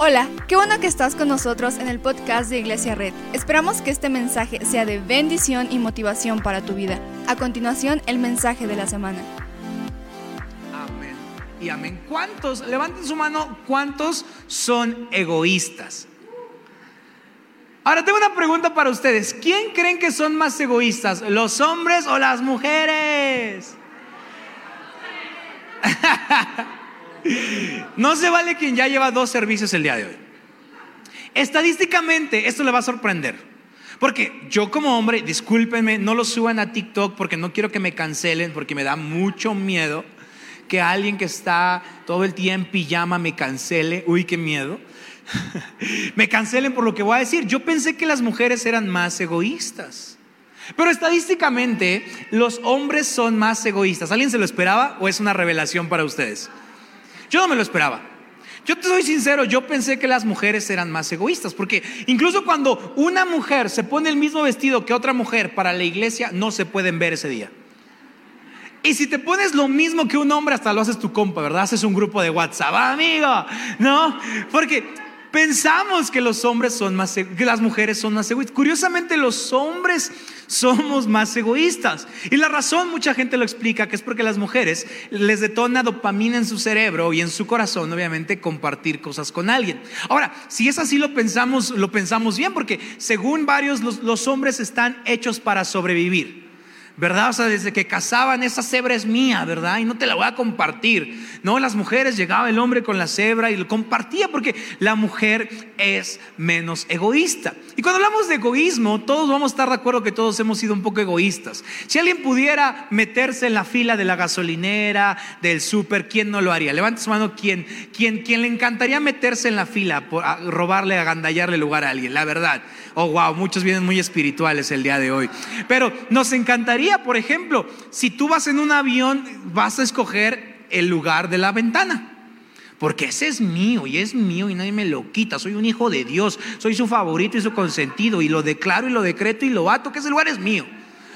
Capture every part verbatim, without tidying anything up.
Hola, qué bueno que estás con nosotros en el podcast de Iglesia Red. Esperamos que este mensaje sea de bendición y motivación para tu vida. A continuación, el mensaje de la semana. Amén y amén. ¿Cuántos, levanten su mano, cuántos son egoístas? Ahora tengo una pregunta para ustedes. ¿Quién creen que son más egoístas, los hombres o las mujeres? No se vale quien ya lleva dos servicios el día de hoy. Estadísticamente esto le va a sorprender, porque yo como hombre, discúlpenme, no lo suban a TikTok porque no quiero que me cancelen, porque me da mucho miedo que alguien que está todo el día en pijama me cancele. Uy, qué miedo. Me cancelen por lo que voy a decir. Yo pensé que las mujeres eran más egoístas, pero estadísticamente los hombres son más egoístas. ¿Alguien se lo esperaba o es una revelación para ustedes? Yo no me lo esperaba. Yo te soy sincero, yo pensé que las mujeres eran más egoístas, porque incluso cuando una mujer se pone el mismo vestido que otra mujer para la iglesia, no se pueden ver ese día. Y si te pones lo mismo que un hombre, hasta lo haces tu compa, ¿verdad? Haces un grupo de WhatsApp, amigo, ¿no? Porque pensamos que los hombres son más, que las mujeres son más egoístas. Curiosamente, los hombres somos más egoístas. Y la razón, mucha gente lo explica, que es porque las mujeres les detona dopamina en su cerebro y en su corazón, obviamente, compartir cosas con alguien. Ahora, si es así, lo pensamos, lo pensamos bien, porque según varios, los, los hombres están hechos para sobrevivir, ¿verdad? O sea, desde que cazaban, esa cebra es mía, ¿verdad? Y no te la voy a compartir. No, las mujeres, llegaba el hombre con la cebra y lo compartía, porque la mujer es menos egoísta. Y cuando hablamos de egoísmo, todos vamos a estar de acuerdo que todos hemos sido un poco egoístas. Si alguien pudiera meterse en la fila de la gasolinera, del súper, ¿quién no lo haría? Levante su mano. ¿Quién, quién, quién le encantaría meterse en la fila, por, a robarle, agandallarle lugar a alguien? La verdad. Oh, wow, muchos vienen muy espirituales el día de hoy. Pero nos encantaría, por ejemplo, si tú vas en un avión, vas a escoger el lugar de la ventana, porque ese es mío y es mío y nadie me lo quita. Soy un hijo de Dios, soy su favorito y su consentido, y lo declaro y lo decreto y lo ato, que ese lugar es mío.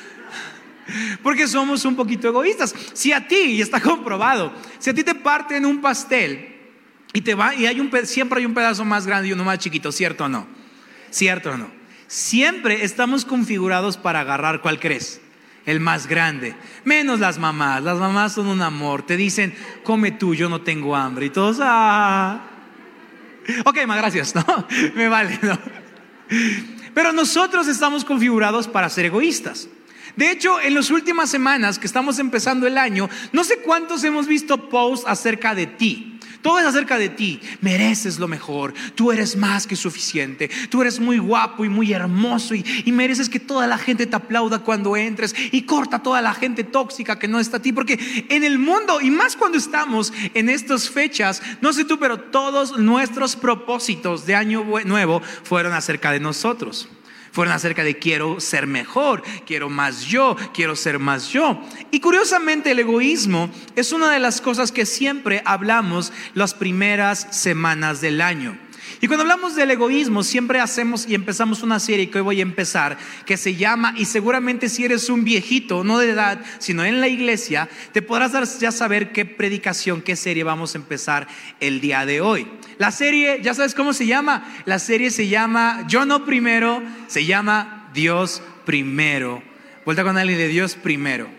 Porque somos un poquito egoístas. Si a ti, y está comprobado, si a ti te parten un pastel y te va, y hay un, siempre hay un pedazo más grande y uno más chiquito, ¿cierto o no? ¿Cierto o no? Siempre estamos configurados para agarrar, ¿cuál crees? El más grande. Menos las mamás. Las mamás son un amor. Te dicen, come tú, yo no tengo hambre. Y todos, ah. Ok, ma, gracias, ¿no? Me vale, ¿no? Pero nosotros estamos configurados para ser egoístas. De hecho, en las últimas semanas que estamos empezando el año, no sé cuántos hemos visto posts acerca de ti. Todo es acerca de ti. Mereces lo mejor. Tú eres más que suficiente. Tú eres muy guapo y muy hermoso, y, y mereces que toda la gente te aplauda cuando entres, y corta a toda la gente tóxica que no está a ti. Porque en el mundo, y más cuando estamos en estas fechas, no sé tú, pero todos nuestros propósitos de año nuevo fueron acerca de nosotros. Fueron acerca de quiero ser mejor, quiero más yo, quiero ser más yo. Y curiosamente, el egoísmo es una de las cosas que siempre hablamos las primeras semanas del año. Y cuando hablamos del egoísmo, siempre hacemos y empezamos una serie que hoy voy a empezar, que se llama, y seguramente si eres un viejito, no de edad, sino en la iglesia, te podrás dar, ya saber qué predicación, qué serie vamos a empezar el día de hoy. La serie, ¿ya sabes cómo se llama? La serie se llama Yo no primero, se llama Dios primero. Vuelta con alguien de Dios primero.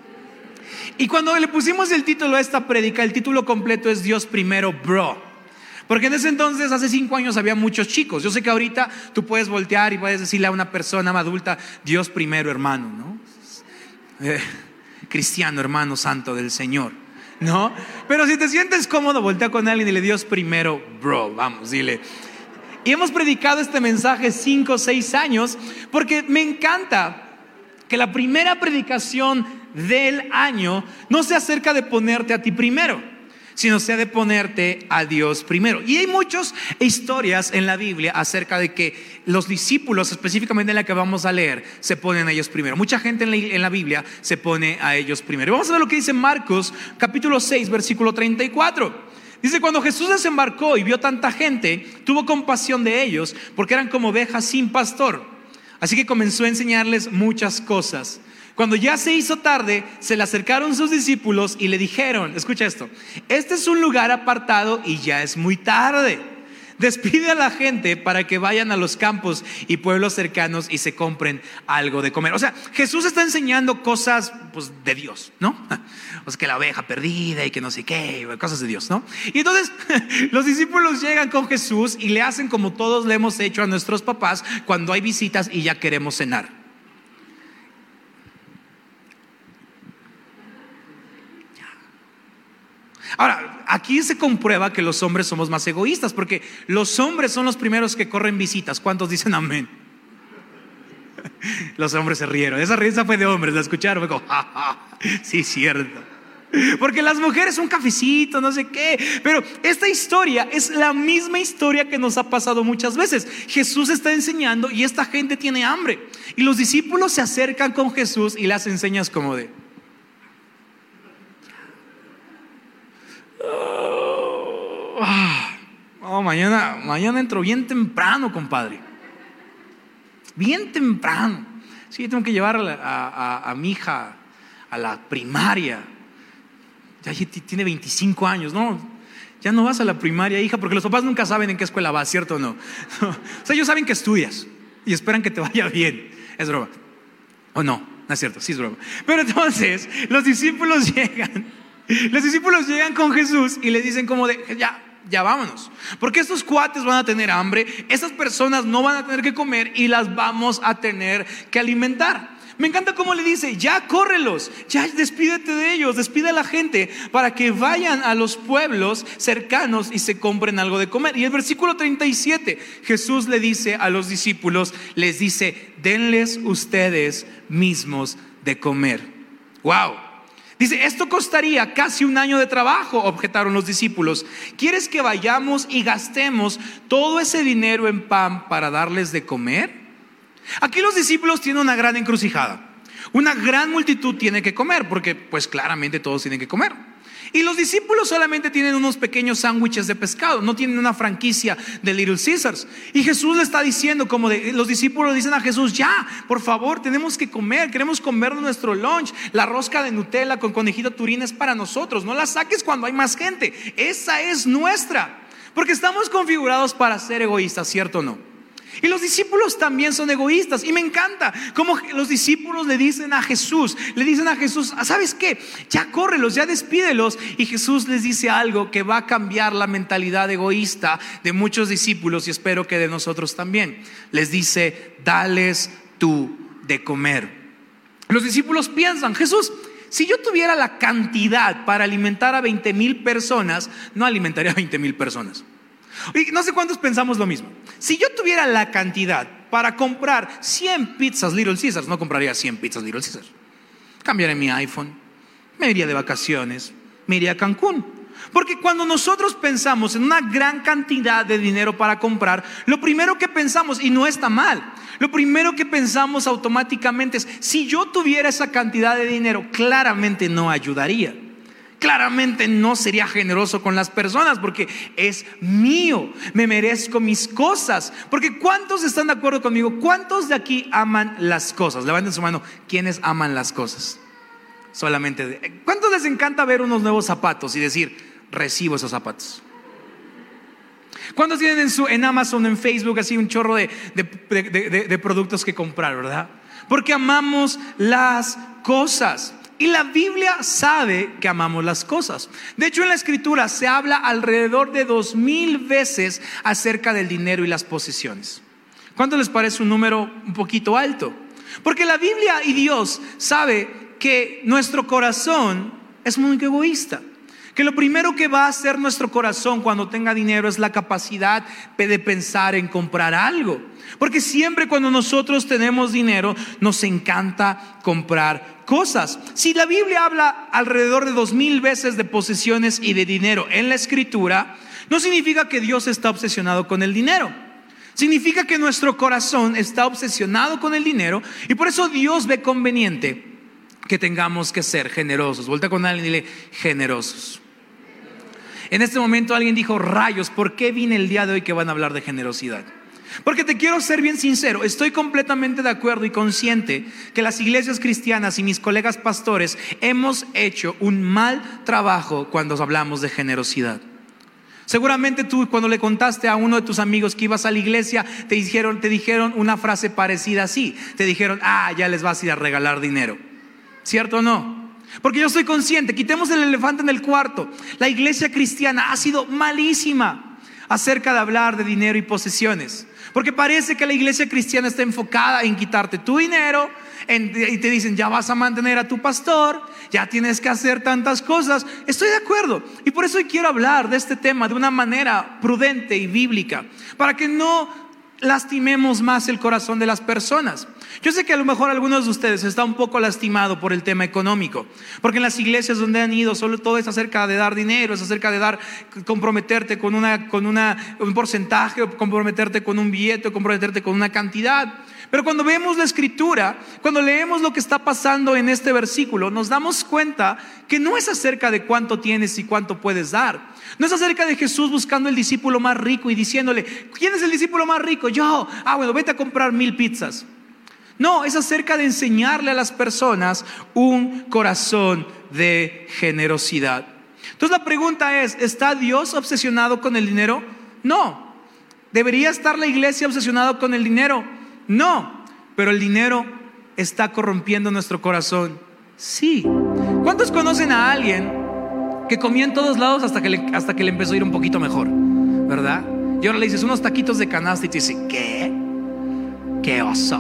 Y cuando le pusimos el título a esta prédica, el título completo es Dios primero, bro. Porque en ese entonces, hace cinco años, había muchos chicos. Yo sé que ahorita tú puedes voltear y puedes decirle a una persona adulta, Dios primero, hermano, ¿no? Eh, cristiano, hermano santo del Señor, ¿no? Pero si te sientes cómodo, voltea con alguien y dile, Dios primero, bro, vamos, dile. Y hemos predicado este mensaje cinco o seis años, porque me encanta que la primera predicación del año no sea acerca de ponerte a ti primero, sino sea de ponerte a Dios primero. Y hay muchas historias en la Biblia acerca de que los discípulos, específicamente en la que vamos a leer, se ponen a ellos primero. Mucha gente en la, en la Biblia se pone a ellos primero. Vamos a ver lo que dice Marcos capítulo seis versículo treinta y cuatro. Dice, cuando Jesús desembarcó y vio tanta gente, tuvo compasión de ellos, porque eran como ovejas sin pastor. Así que comenzó a enseñarles muchas cosas. Cuando ya se hizo tarde, se le acercaron sus discípulos y le dijeron, escucha esto, este es un lugar apartado y ya es muy tarde. despide a la gente para que vayan a los campos y pueblos cercanos y se compren algo de comer. O sea, Jesús está enseñando cosas pues, de Dios, ¿no? O sea, que la oveja perdida y que no sé qué, cosas de Dios, ¿no? Y entonces los discípulos llegan con Jesús y le hacen como todos le hemos hecho a nuestros papás cuando hay visitas y ya queremos cenar. Ahora, aquí se comprueba que los hombres somos más egoístas, porque los hombres son los primeros que corren visitas. ¿Cuántos dicen amén? Los hombres se rieron. Esa risa fue de hombres, la escucharon. Fue como, ja, ja, sí, cierto. Porque las mujeres un cafecito, no sé qué. Pero esta historia es la misma historia que nos ha pasado muchas veces. Jesús está enseñando y esta gente tiene hambre. Y los discípulos se acercan con Jesús y las enseñas como de... Oh, mañana, mañana entro bien temprano, compadre. Bien temprano. Sí, tengo que llevar a, la, a, a, a mi hija a la primaria. Ya tiene veinticinco años, ¿no? Ya no vas a la primaria, hija, porque los papás nunca saben en qué escuela vas, ¿cierto o no? O sea, ellos saben que estudias y esperan que te vaya bien. Es broma. ¿O no? No es cierto, sí es broma. Pero entonces, los discípulos llegan. Los discípulos llegan con Jesús y le dicen como de, ya, ya vámonos, porque estos cuates van a tener hambre, estas personas no van a tener que comer y las vamos a tener que alimentar. Me encanta cómo le dice, ya córrelos, ya despídete de ellos, despide a la gente para que vayan a los pueblos cercanos y se compren algo de comer. Y el versículo treinta y siete, Jesús le dice a los discípulos, les dice, denles ustedes mismos de comer. Wow. Dice, esto costaría casi un año de trabajo, objetaron los discípulos. ¿Quieres que vayamos y gastemos todo ese dinero en pan para darles de comer? Aquí los discípulos tienen una gran encrucijada. Una gran multitud tiene que comer, porque pues claramente todos tienen que comer. Y los discípulos solamente tienen unos pequeños sándwiches de pescado, no tienen una franquicia de Little Caesars. Y Jesús le está diciendo, como de, los discípulos dicen a Jesús, ya, por favor, tenemos que comer, queremos comer nuestro lunch. La rosca de Nutella con conejito turín es para nosotros, no la saques cuando hay más gente, esa es nuestra. Porque estamos configurados para ser egoístas, ¿cierto o no? Y los discípulos también son egoístas. Y me encanta cómo los discípulos le dicen a Jesús, le dicen a Jesús, ¿sabes qué? Ya córrelos, ya despídelos. Y Jesús les dice algo que va a cambiar la mentalidad egoísta de muchos discípulos, y espero que de nosotros también. Les dice, dales tú de comer. Los discípulos piensan, Jesús, si yo tuviera la cantidad para alimentar a veinte mil personas, no alimentaría a veinte mil personas. Y no sé cuántos pensamos lo mismo. Si yo tuviera la cantidad para comprar cien pizzas Little Caesars, no compraría cien pizzas Little Caesars. Cambiaré mi iPhone, me iría de vacaciones, me iría a Cancún. Porque cuando nosotros pensamos en una gran cantidad de dinero para comprar, lo primero que pensamos, y no está mal, lo primero que pensamos automáticamente es, si yo tuviera esa cantidad de dinero, claramente no ayudaría. Claramente no sería generoso con las personas, porque es mío, me merezco mis cosas. Porque ¿cuántos están de acuerdo conmigo? ¿Cuántos de aquí aman las cosas? Levanten su mano, ¿quiénes aman las cosas? Solamente de... ¿Cuántos les encanta ver unos nuevos zapatos y decir, recibo esos zapatos? ¿Cuántos tienen en, su, en Amazon, en Facebook, así un chorro de, de, de, de, de productos que comprar, verdad? Porque amamos las cosas. Y la Biblia sabe que amamos las cosas. De hecho, en la Escritura se habla alrededor de dos mil veces acerca del dinero y las posesiones. ¿Cuánto les parece un número un poquito alto? Porque la Biblia y Dios sabe que nuestro corazón es muy egoísta. Que lo primero que va a hacer nuestro corazón cuando tenga dinero es la capacidad de pensar en comprar algo. Porque siempre cuando nosotros tenemos dinero nos encanta comprar cosas. Si la Biblia habla alrededor de dos mil veces de posesiones y de dinero en la Escritura, no significa que Dios está obsesionado con el dinero. Significa que nuestro corazón está obsesionado con el dinero, y por eso Dios ve conveniente que tengamos que ser generosos. Voltea con alguien y dile, generosos. En este momento alguien dijo, rayos, ¿por qué vine el día de hoy que van a hablar de generosidad? Porque te quiero ser bien sincero, estoy completamente de acuerdo y consciente que las iglesias cristianas y mis colegas pastores hemos hecho un mal trabajo cuando hablamos de generosidad. Seguramente tú, cuando le contaste a uno de tus amigos que ibas a la iglesia, te dijeron, te dijeron una frase parecida así. Te dijeron, ah, ya les vas a ir a regalar dinero. ¿Cierto o no? Porque yo soy consciente, quitemos el elefante en el cuarto. La iglesia cristiana ha sido malísima acerca de hablar de dinero y posesiones. Porque parece que la iglesia cristiana está enfocada en quitarte tu dinero, en, y te dicen, ya vas a mantener a tu pastor, ya tienes que hacer tantas cosas. Estoy de acuerdo, y por eso hoy quiero hablar de este tema de una manera prudente y bíblica, para que no lastimemos más el corazón de las personas. Yo sé que a lo mejor algunos de ustedes están un poco lastimados por el tema económico, porque en las iglesias donde han ido solo todo es acerca de dar dinero, es acerca de dar, comprometerte con, una, con una, un porcentaje, o comprometerte con un billete, o comprometerte con una cantidad. Pero cuando vemos la escritura, cuando leemos lo que está pasando en este versículo, nos damos cuenta que no es acerca de cuánto tienes y cuánto puedes dar. No es acerca de Jesús buscando el discípulo más rico y diciéndole, ¿quién es el discípulo más rico? Yo. Ah, bueno, vete a comprar mil pizzas. No, es acerca de enseñarle a las personas un corazón de generosidad. Entonces la pregunta es, ¿está Dios obsesionado con el dinero? No. ¿Debería estar la iglesia obsesionada con el dinero? No. Pero el dinero está corrompiendo nuestro corazón. Sí. ¿Cuántos conocen a alguien que comía en todos lados hasta que le, hasta que le empezó a ir un poquito mejor? ¿Verdad? Y ahora le dices unos taquitos de canasta y te dice, ¿qué? ¿Qué oso?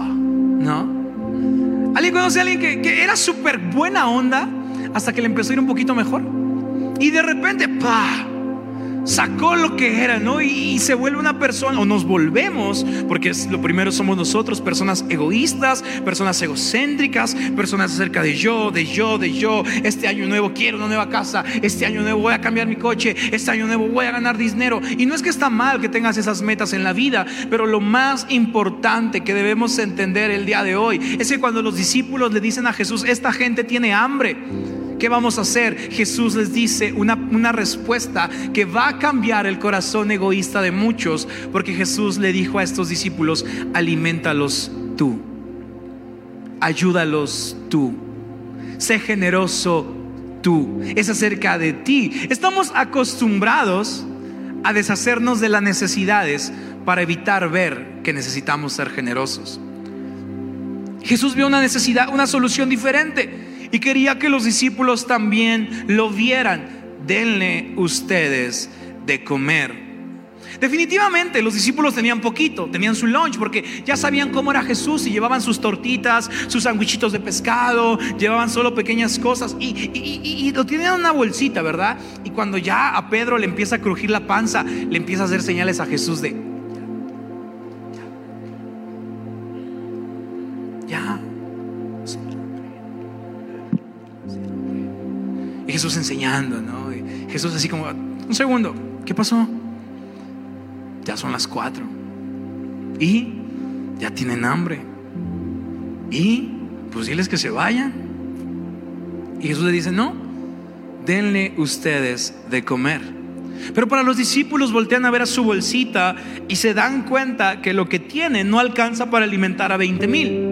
¿No? ¿Alguien conoce a alguien que, que era súper buena onda hasta que le empezó a ir un poquito mejor? Y de repente, ¡pah!, sacó lo que era, ¿no? Y, y se vuelve una persona, o nos volvemos, porque es, lo primero somos nosotros, personas egoístas, personas egocéntricas, personas acerca de yo, de yo, de yo. Este año nuevo quiero una nueva casa, este año nuevo voy a cambiar mi coche, este año nuevo voy a ganar dinero. Y no es que está mal que tengas esas metas en la vida, pero lo más importante que debemos entender el día de hoy es que cuando los discípulos le dicen a Jesús, esta gente tiene hambre, ¿qué vamos a hacer? Jesús les dice una, una respuesta que va a cambiar el corazón egoísta de muchos, porque Jesús le dijo a estos discípulos, alimentalos tú, ayúdalos tú, sé generoso tú, es acerca de ti. Estamos acostumbrados a deshacernos de las necesidades para evitar ver que necesitamos ser generosos. Jesús vio una necesidad, una solución diferente, y quería que los discípulos también lo vieran. Denle ustedes de comer. Definitivamente los discípulos tenían poquito, tenían su lunch, porque ya sabían cómo era Jesús y llevaban sus tortitas, sus sandwichitos de pescado, llevaban solo pequeñas cosas y, y, y, y lo tenían en una bolsita, ¿verdad? Y cuando ya a Pedro le empieza a crujir la panza, le empieza a hacer señales a Jesús de ya. Y Jesús enseñando, ¿no? Y Jesús así como, un segundo, ¿qué pasó? Ya son las cuatro y ya tienen hambre, y pues diles que se vayan. Y Jesús le dice, no, denle ustedes de comer. Pero para los discípulos voltean a ver a su bolsita y se dan cuenta que lo que tienen no alcanza para alimentar a veinte mil.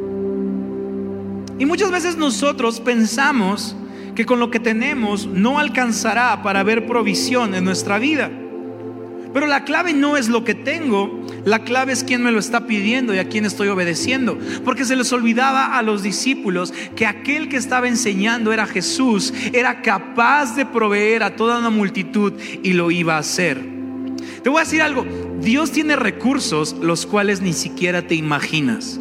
Y muchas veces nosotros pensamos que con lo que tenemos no alcanzará para ver provisión en nuestra vida. Pero la clave no es lo que tengo, la clave es quién me lo está pidiendo y a quién estoy obedeciendo. Porque se les olvidaba a los discípulos que aquel que estaba enseñando era Jesús, era capaz de proveer a toda una multitud y lo iba a hacer. Te voy a decir algo, Dios tiene recursos los cuales ni siquiera te imaginas.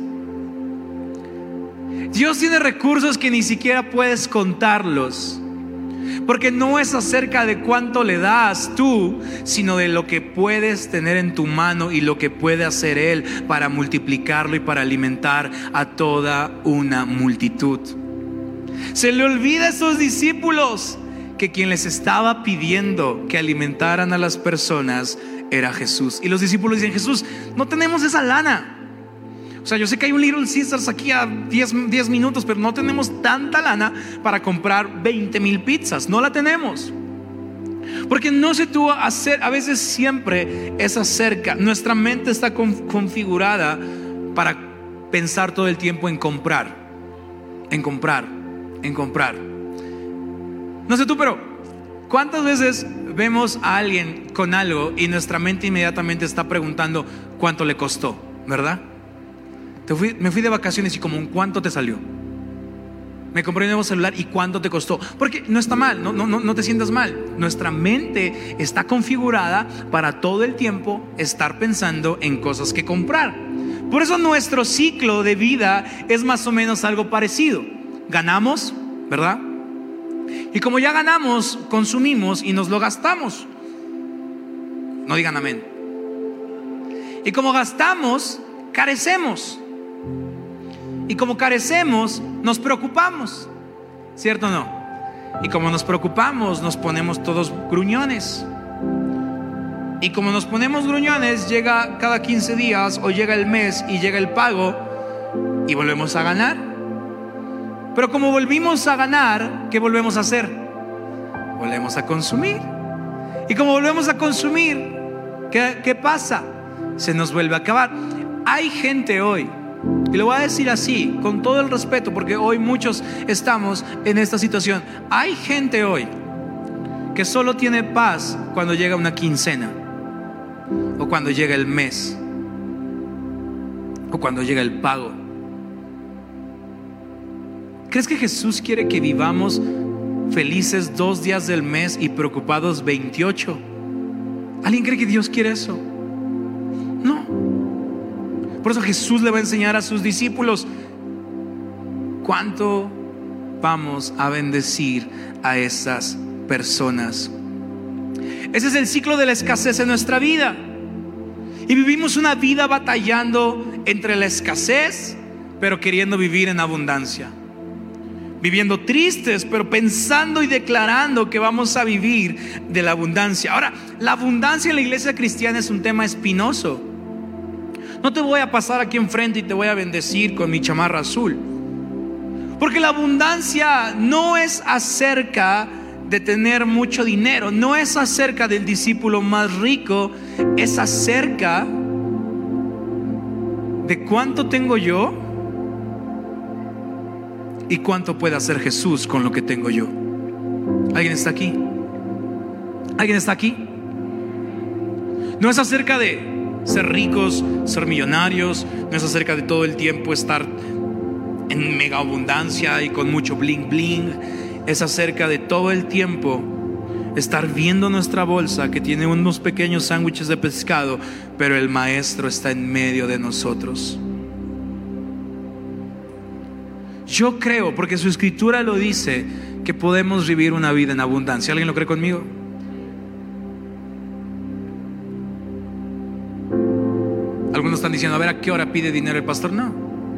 Dios tiene recursos que ni siquiera puedes contarlos, porque no es acerca de cuánto le das tú, sino de lo que puedes tener en tu mano y lo que puede hacer Él para multiplicarlo y para alimentar a toda una multitud. Se le olvida a esos discípulos que quien les estaba pidiendo que alimentaran a las personas era Jesús. Y los discípulos dicen, Jesús, no tenemos esa lana. O sea, yo sé que hay un Little Caesars aquí a diez minutos, pero no tenemos tanta lana para comprar veinte mil pizzas. No la tenemos. Porque no se tuvo a hacer, a veces siempre es acerca, nuestra mente está con, configurada para pensar todo el tiempo en comprar, en comprar, en comprar. No sé tú, pero ¿Cuántas veces vemos a alguien con algo y nuestra mente inmediatamente está preguntando cuánto le costó, ¿verdad? Te fui, me fui de vacaciones y como, ¿cuánto te salió? Me compré un nuevo celular y ¿cuánto te costó? Porque no está mal, no, no, no te sientas mal. Nuestra mente está configurada para todo el tiempo estar pensando en cosas que comprar. Por eso nuestro ciclo de vida es más o menos algo parecido. Ganamos, ¿verdad? Y como ya ganamos, consumimos y nos lo gastamos. No digan amén. Y como gastamos, carecemos. Y como carecemos, nos preocupamos. ¿Cierto o no? Y como nos preocupamos, nos ponemos todos gruñones. Y como nos ponemos gruñones, llega cada quince días o llega el mes y llega el pago y volvemos a ganar. Pero como volvimos a ganar, ¿qué volvemos a hacer? Volvemos a consumir. Y como volvemos a consumir, ¿qué, qué pasa? Se nos vuelve a acabar. Hay gente hoy, y lo voy a decir así, con todo el respeto, porque hoy muchos estamos en esta situación. Hay gente hoy que solo tiene paz cuando llega una quincena, o cuando llega el mes, o cuando llega el pago. ¿Crees que Jesús quiere que vivamos felices dos días del mes y preocupados veintiocho? ¿Alguien cree que Dios quiere eso? No. Por eso Jesús le va a enseñar a sus discípulos cuánto vamos a bendecir a esas personas. Ese es el ciclo de la escasez en nuestra vida. Y vivimos una vida batallando entre la escasez, pero queriendo vivir en abundancia. Viviendo tristes, pero pensando y declarando que vamos a vivir de la abundancia. Ahora, la abundancia en la iglesia cristiana es un tema espinoso. No te voy a pasar aquí enfrente y te voy a bendecir con mi chamarra azul, porque la abundancia no es acerca de tener mucho dinero, no es acerca del discípulo más rico, es acerca de cuánto tengo yo y cuánto puede hacer Jesús con lo que tengo yo. ¿Alguien está aquí? ¿Alguien está aquí? No es acerca de ser ricos, ser millonarios, no es acerca de todo el tiempo estar en mega abundancia y con mucho bling bling. Es acerca de todo el tiempo estar viendo nuestra bolsa que tiene unos pequeños sándwiches de pescado, pero el maestro está en medio de nosotros. Yo creo, porque su escritura lo dice, que podemos vivir una vida en abundancia. ¿Alguien lo cree conmigo? Algunos están diciendo, a ver, ¿a qué hora pide dinero el pastor? No.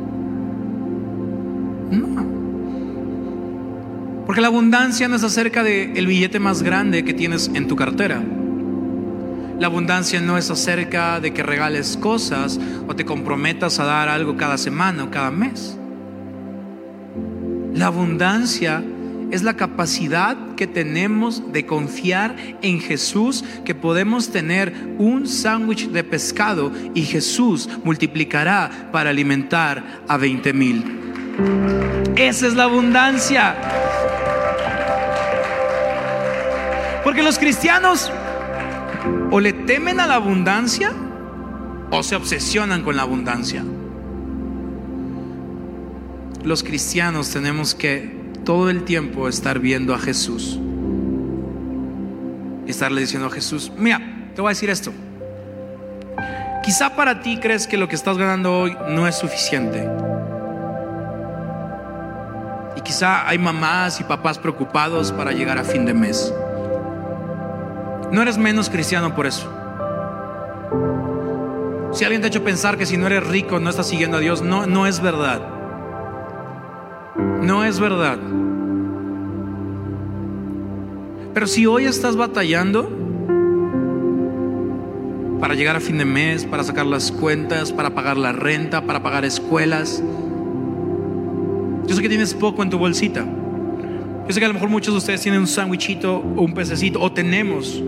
No. Porque la abundancia no es acerca del billete más grande que tienes en tu cartera. La abundancia no es acerca de que regales cosas o te comprometas a dar algo cada semana o cada mes. La abundancia es la capacidad que tenemos de confiar en Jesús, que podemos tener un sándwich de pescado y Jesús multiplicará para alimentar a veinte mil. Esa es la abundancia. Porque los cristianos o le temen a la abundancia o se obsesionan con la abundancia. Los cristianos tenemos que todo el tiempo estar viendo a Jesús y estarle diciendo a Jesús, mira, te voy a decir esto. Quizá para ti crees que lo que estás ganando hoy no es suficiente. Y quizá hay mamás y papás preocupados para llegar a fin de mes. No eres menos cristiano por eso. Si alguien te ha hecho pensar que si no eres rico no estás siguiendo a Dios, no, no es verdad. No es verdad. Pero si hoy estás batallando para llegar a fin de mes, para sacar las cuentas, para pagar la renta, para pagar escuelas, yo sé que tienes poco en tu bolsita. Yo sé que a lo mejor muchos de ustedes tienen un sándwichito o un pececito, o tenemos.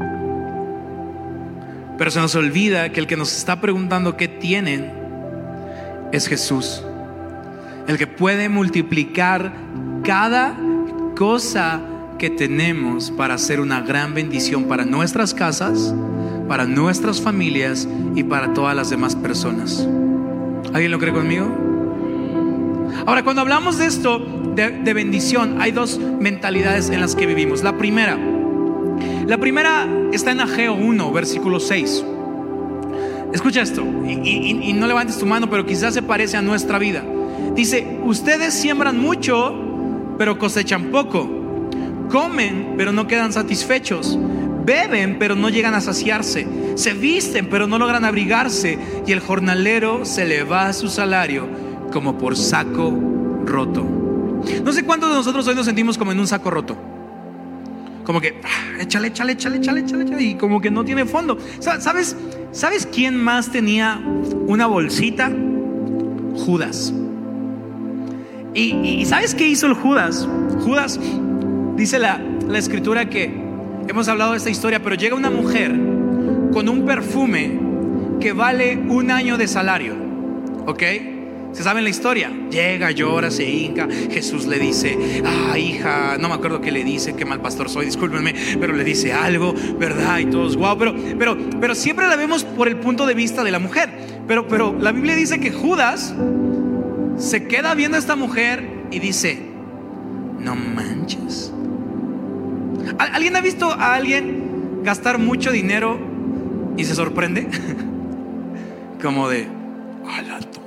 Pero se nos olvida que el que nos está preguntando qué tienen es Jesús, el que puede multiplicar cada cosa que tenemos para ser una gran bendición para nuestras casas, para nuestras familias y para todas las demás personas. ¿Alguien lo cree conmigo? Ahora, cuando hablamos de esto, de, de bendición, hay dos mentalidades en las que vivimos. La primera, la primera está en Ageo uno, versículo seis. Escucha esto, y, y, y no levantes tu mano, pero quizás se parece a nuestra vida. Dice: ustedes siembran mucho, pero cosechan poco. Comen, pero no quedan satisfechos. Beben, pero no llegan a saciarse. Se visten, pero no logran abrigarse. Y el jornalero se le va su salario como por saco roto. No sé cuántos de nosotros hoy nos sentimos como en un saco roto. Como que ah, échale, échale, échale, échale, échale, échale, y como que no tiene fondo. ¿Sabes? ¿Sabes quién más tenía una bolsita? Judas. Y, y ¿sabes qué hizo el Judas? Judas, dice la, la escritura que hemos hablado de esta historia, pero llega una mujer con un perfume que vale un año de salario. ¿Ok? ¿Se saben la historia? Llega, llora, se hinca. Jesús le dice: ah, hija, no me acuerdo qué le dice, qué mal pastor soy, discúlpenme, pero le dice algo, ¿verdad? Y todos, wow, pero, pero, pero siempre la vemos por el punto de vista de la mujer. Pero, pero la Biblia dice que Judas se queda viendo a esta mujer y dice: no manches. ¿Alguien ha visto a alguien gastar mucho dinero y se sorprende? Como de, a la torre.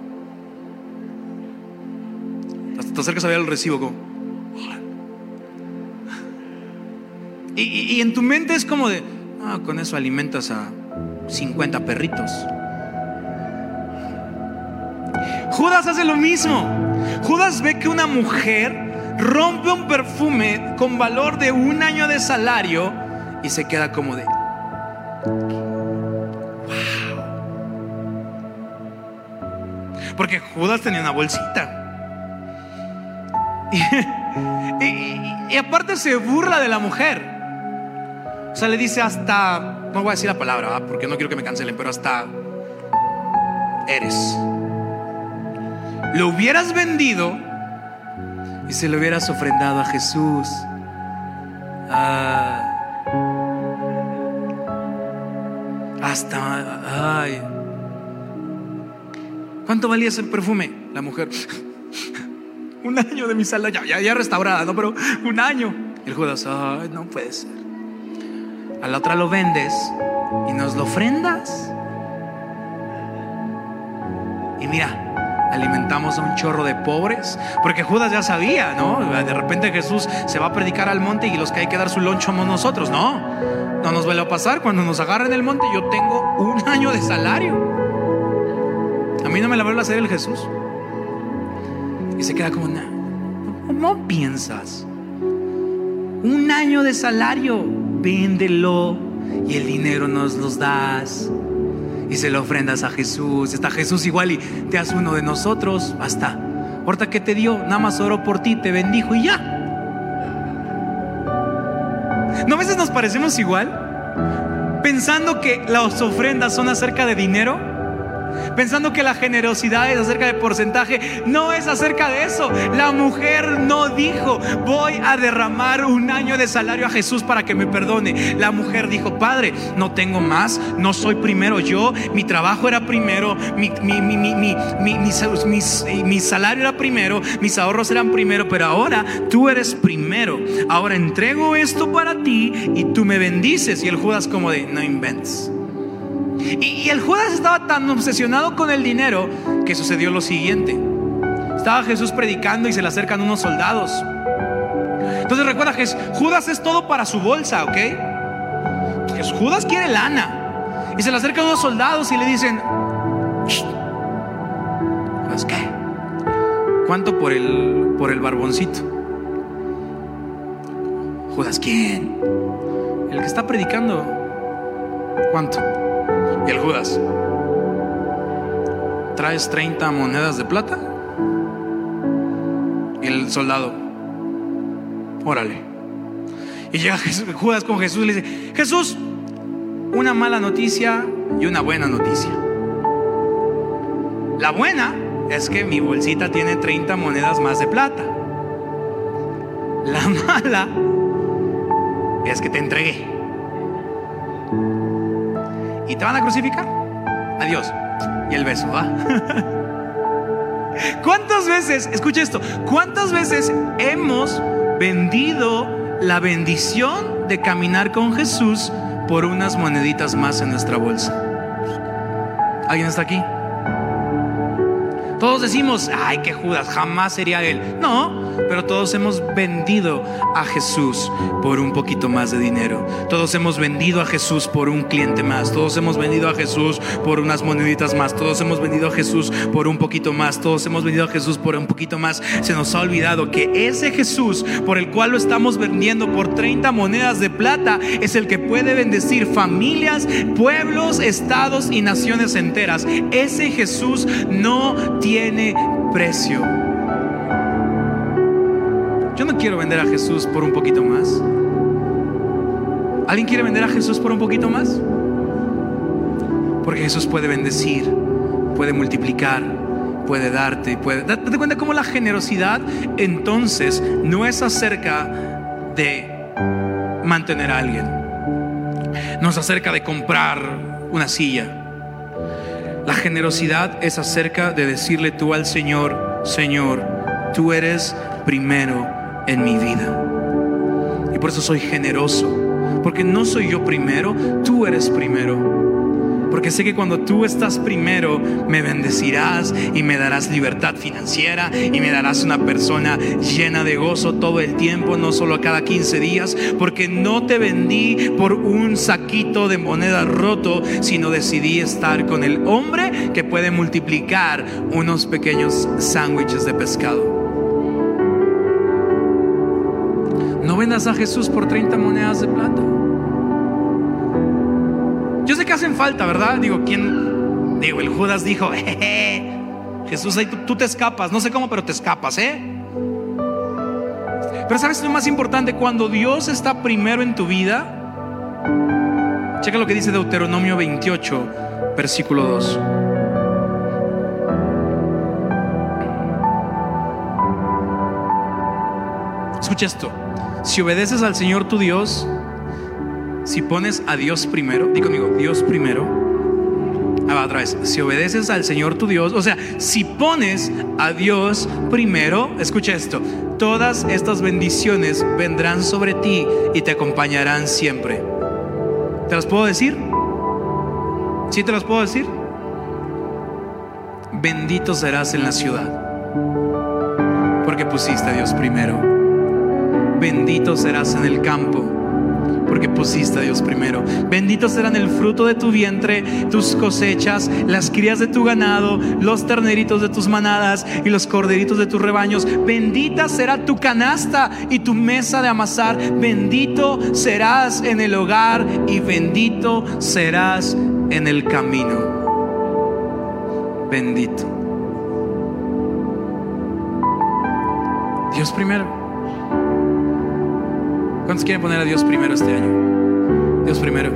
Hasta te acercas a ver el recibo como, y, y, y en tu mente es como de, ah, con eso alimentas a cincuenta perritos. Judas hace lo mismo. Judas ve que una mujer rompe un perfume con valor de un año de salario y se queda como de, wow. Porque Judas tenía una bolsita. Y, y, y aparte se burla de la mujer. O sea, le dice hasta, no voy a decir la palabra, ¿verdad? Porque no quiero que me cancelen, pero hasta eres. Lo hubieras vendido y se lo hubieras ofrendado a Jesús. Ah, hasta, ay. ¿Cuánto valía ese perfume? La mujer, un año de mi salario, ya, ya restaurada, ¿no? Pero un año. El Judas, ay, no puede ser. A la otra lo vendes y nos lo ofrendas. Y mira, alimentamos a un chorro de pobres. Porque Judas ya sabía, ¿no? De repente Jesús se va a predicar al monte y los que hay que dar su loncho somos nosotros. No, no nos vuelve a pasar. Cuando nos agarren el monte, yo tengo un año de salario. A mí no me la vuelve a hacer el Jesús. Y se queda como, ¿cómo piensas? Un año de salario, véndelo y el dinero nos los das y se lo ofrendas a Jesús. Está Jesús igual y te hace uno de nosotros. Basta. Ahorita que te dio, nada más oró por ti, te bendijo y ya. ¿No a veces nos parecemos igual? Pensando que las ofrendas son acerca de dinero, pensando que la generosidad es acerca de porcentaje. No es acerca de eso. La mujer no dijo, voy a derramar un año de salario a Jesús para que me perdone. La mujer dijo, Padre, no tengo más, no soy primero yo, mi trabajo era primero, mi, mi, mi, mi, mi, mi, mi, mi, mi salario era primero, mis ahorros eran primero, pero ahora tú eres primero. Ahora entrego esto para ti y tú me bendices. Y el Judas como de, no inventes. Y, y el Judas estaba tan obsesionado con el dinero que sucedió lo siguiente. Estaba Jesús predicando y se le acercan unos soldados. Entonces recuerda que Judas es todo para su bolsa, ¿ok? Judas quiere lana. Y se le acercan unos soldados y le dicen, ¿pues qué? ¿Cuánto por el, por el barboncito? Judas, ¿quién? El que está predicando. ¿Cuánto? Y el Judas, ¿traes treinta monedas de plata? Y el soldado, órale. Y llega Jesús, Judas con Jesús y le dice, Jesús, una mala noticia y una buena noticia. La buena es que mi bolsita tiene treinta monedas más de plata. La mala es que te entregué. ¿Y te van a crucificar? Adiós. Y el beso, ¿va? ¿Cuántas veces, escucha esto, cuántas veces hemos vendido la bendición de caminar con Jesús por unas moneditas más en nuestra bolsa? ¿Alguien está aquí? Todos decimos, ay, que Judas, jamás sería él. No, pero todos hemos vendido a Jesús por un poquito más de dinero. Todos hemos vendido a Jesús por un cliente más. Todos hemos vendido a Jesús por unas moneditas más. Todos hemos vendido a Jesús por un poquito más. Todos hemos vendido a Jesús por un poquito más. Se nos ha olvidado que ese Jesús por el cual lo estamos vendiendo por treinta monedas de plata es el que puede bendecir familias, pueblos, estados y naciones enteras. Ese Jesús no tiene precio. Yo no quiero vender a Jesús por un poquito más. ¿Alguien quiere vender a Jesús por un poquito más? Porque Jesús puede bendecir, puede multiplicar, puede darte, puede... Date cuenta cómo la generosidad entonces no es acerca de mantener a alguien, no es acerca de comprar una silla. La generosidad es acerca de decirle tú al Señor: Señor, tú eres primero en mi vida. Y por eso soy generoso, porque no soy yo primero, tú eres primero. Porque sé que cuando tú estás primero, me bendecirás y me darás libertad financiera y me darás una persona llena de gozo todo el tiempo, no solo cada quince días. Porque no te vendí por un saquito de moneda roto, sino decidí estar con el hombre que puede multiplicar unos pequeños sándwiches de pescado. No vendas a Jesús por treinta monedas de plata. Yo sé que hacen falta, ¿verdad? Digo, ¿quién? Digo, el Judas dijo, jeje, Jesús, ahí tú, tú te escapas. No sé cómo, pero te escapas, ¿eh? Pero ¿sabes lo más importante? Cuando Dios está primero en tu vida, checa lo que dice Deuteronomio veintiocho, versículo dos. Escucha esto. Si obedeces al Señor tu Dios, si pones a Dios primero, di conmigo, Dios primero. Ah, va otra vez. Si obedeces al Señor tu Dios, o sea, si pones a Dios primero, escucha esto, todas estas bendiciones vendrán sobre ti y te acompañarán siempre. ¿Te las puedo decir? ¿Sí te las puedo decir? Bendito serás en la ciudad, porque pusiste a Dios primero. Bendito serás en el campo, porque pusiste a Dios primero. Bendito serán el fruto de tu vientre, tus cosechas, las crías de tu ganado, los terneritos de tus manadas y los corderitos de tus rebaños. Bendita será tu canasta y tu mesa de amasar. Bendito serás en el hogar y bendito serás en el camino. Bendito. Dios primero. ¿Cuántos quieren poner a Dios primero este año? Dios primero.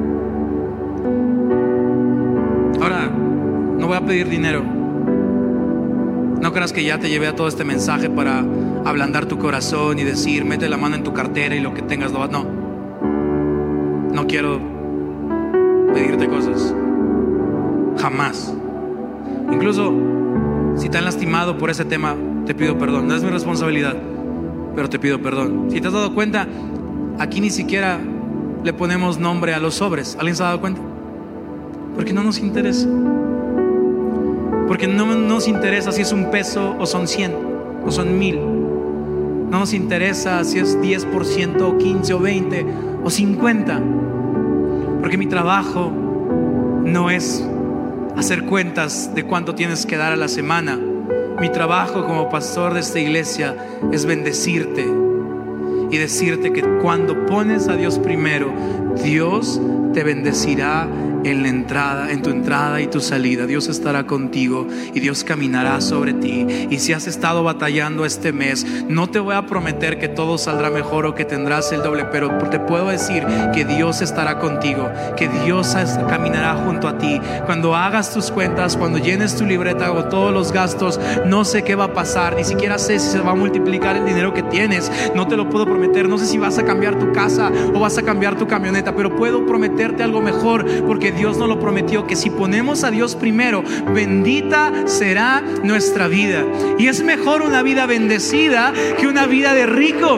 Ahora, no voy a pedir dinero. No creas que ya te llevé a todo este mensaje para ablandar tu corazón y decir, mete la mano en tu cartera y lo que tengas lo vas. No. No quiero pedirte cosas. Jamás. Incluso si te han lastimado por ese tema, te pido perdón. No es mi responsabilidad, pero te pido perdón. Si te has dado cuenta, aquí ni siquiera le ponemos nombre a los sobres. ¿Alguien se ha dado cuenta? Porque no nos interesa. Porque no nos interesa si es un peso o son cien o son mil. No nos interesa si es diez por ciento o quince o veinte o cincuenta. Porque mi trabajo no es hacer cuentas de cuánto tienes que dar a la semana. Mi trabajo como pastor de esta iglesia es bendecirte y decirte que cuando pones a Dios primero, Dios te bendecirá en la entrada, en tu entrada y tu salida. Dios estará contigo y Dios caminará sobre ti. Y si has estado batallando este mes, no te voy a prometer que todo saldrá mejor o que tendrás el doble, pero te puedo decir que Dios estará contigo, que Dios caminará junto a ti. Cuando hagas tus cuentas, cuando llenes tu libreta o todos los gastos, no sé qué va a pasar, ni siquiera sé si se va a multiplicar el dinero que tienes, no te lo puedo prometer. No sé si vas a cambiar tu casa o vas a cambiar tu camioneta, pero puedo prometerte algo mejor, porque Dios nos lo prometió, que si ponemos a Dios primero, bendita será nuestra vida. Y es mejor una vida bendecida que una vida de rico.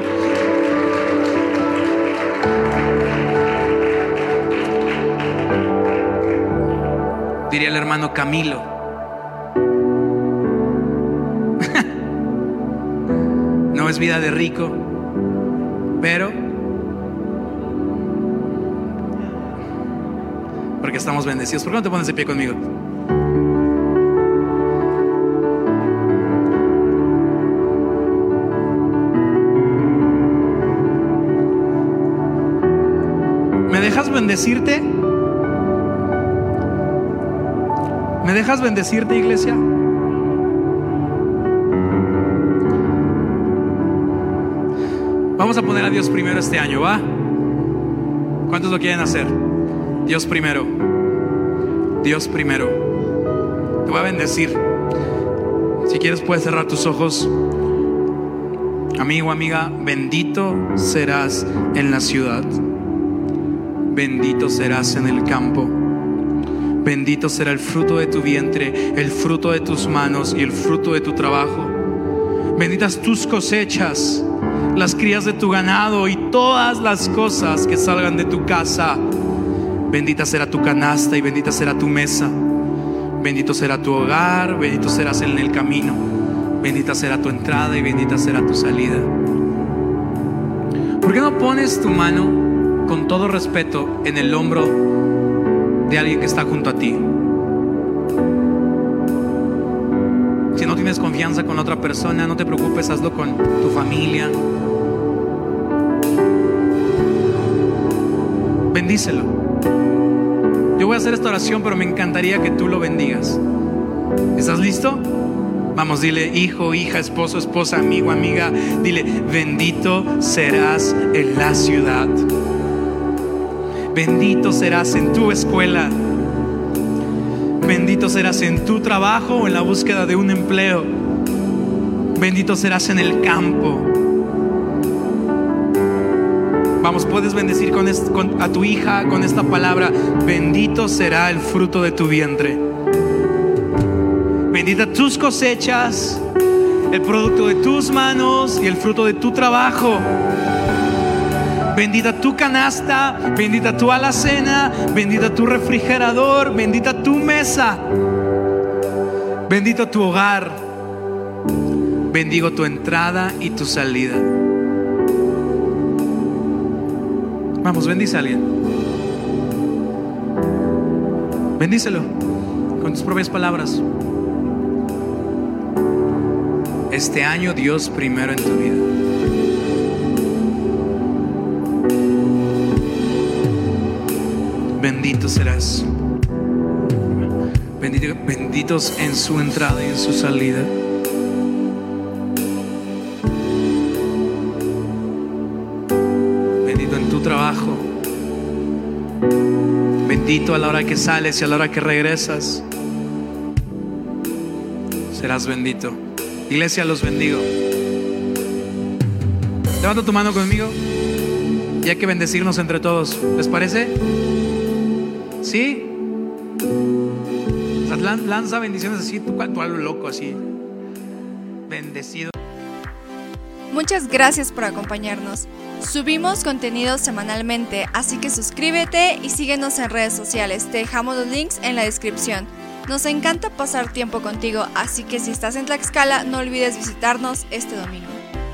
Diría el hermano Camilo, no es vida de rico, pero porque estamos bendecidos. ¿Por qué no te pones de pie conmigo? ¿Me dejas bendecirte? ¿Me dejas bendecirte, iglesia? Vamos a poner a Dios primero este año, ¿va? ¿Cuántos lo quieren hacer? Dios primero. Dios primero. Te voy a bendecir. Si quieres puedes cerrar tus ojos. Amigo, amiga, bendito serás en la ciudad. Bendito serás en el campo. Bendito será el fruto de tu vientre, el fruto de tus manos y el fruto de tu trabajo. Benditas tus cosechas, las crías de tu ganado y todas las cosas que salgan de tu casa. Bendita será tu canasta y bendita será tu mesa. Bendito será tu hogar, bendito serás en el camino. Bendita será tu entrada y bendita será tu salida. ¿Por qué no pones tu mano con todo respeto en el hombro de alguien que está junto a ti? Si no tienes confianza con la otra persona, no te preocupes, hazlo con tu familia. Bendícelo. Yo voy a hacer esta oración, pero me encantaría que tú lo bendigas. ¿Estás listo? Vamos, dile: hijo, hija, esposo, esposa, amigo, amiga. Dile: bendito serás en la ciudad. Bendito serás en tu escuela. Bendito serás en tu trabajo o en la búsqueda de un empleo. Bendito serás en el campo. Vamos, puedes bendecir con est- con, a tu hija con esta palabra: bendito será el fruto de tu vientre. Bendita tus cosechas, el producto de tus manos y el fruto de tu trabajo. Bendita tu canasta, bendita tu alacena, bendita tu refrigerador, bendita tu mesa, bendito tu hogar. Bendigo tu entrada y tu salida. Vamos, bendice a alguien. Bendícelo con tus propias palabras. Este año, Dios primero en tu vida. Bendito serás. Bendito, benditos en su entrada y en su salida. Bendito en tu trabajo. Bendito a la hora que sales y a la hora que regresas. Serás bendito. Iglesia, los bendigo. Levanta tu mano conmigo y hay que bendecirnos entre todos. ¿Les parece? ¿Sí? O sea, lanza bendiciones así, tú, tú algo loco así. Bendecido. Muchas gracias por acompañarnos. Subimos contenido semanalmente, así que suscríbete y síguenos en redes sociales. Te dejamos los links en la descripción. Nos encanta pasar tiempo contigo, así que si estás en Tlaxcala, no olvides visitarnos este domingo.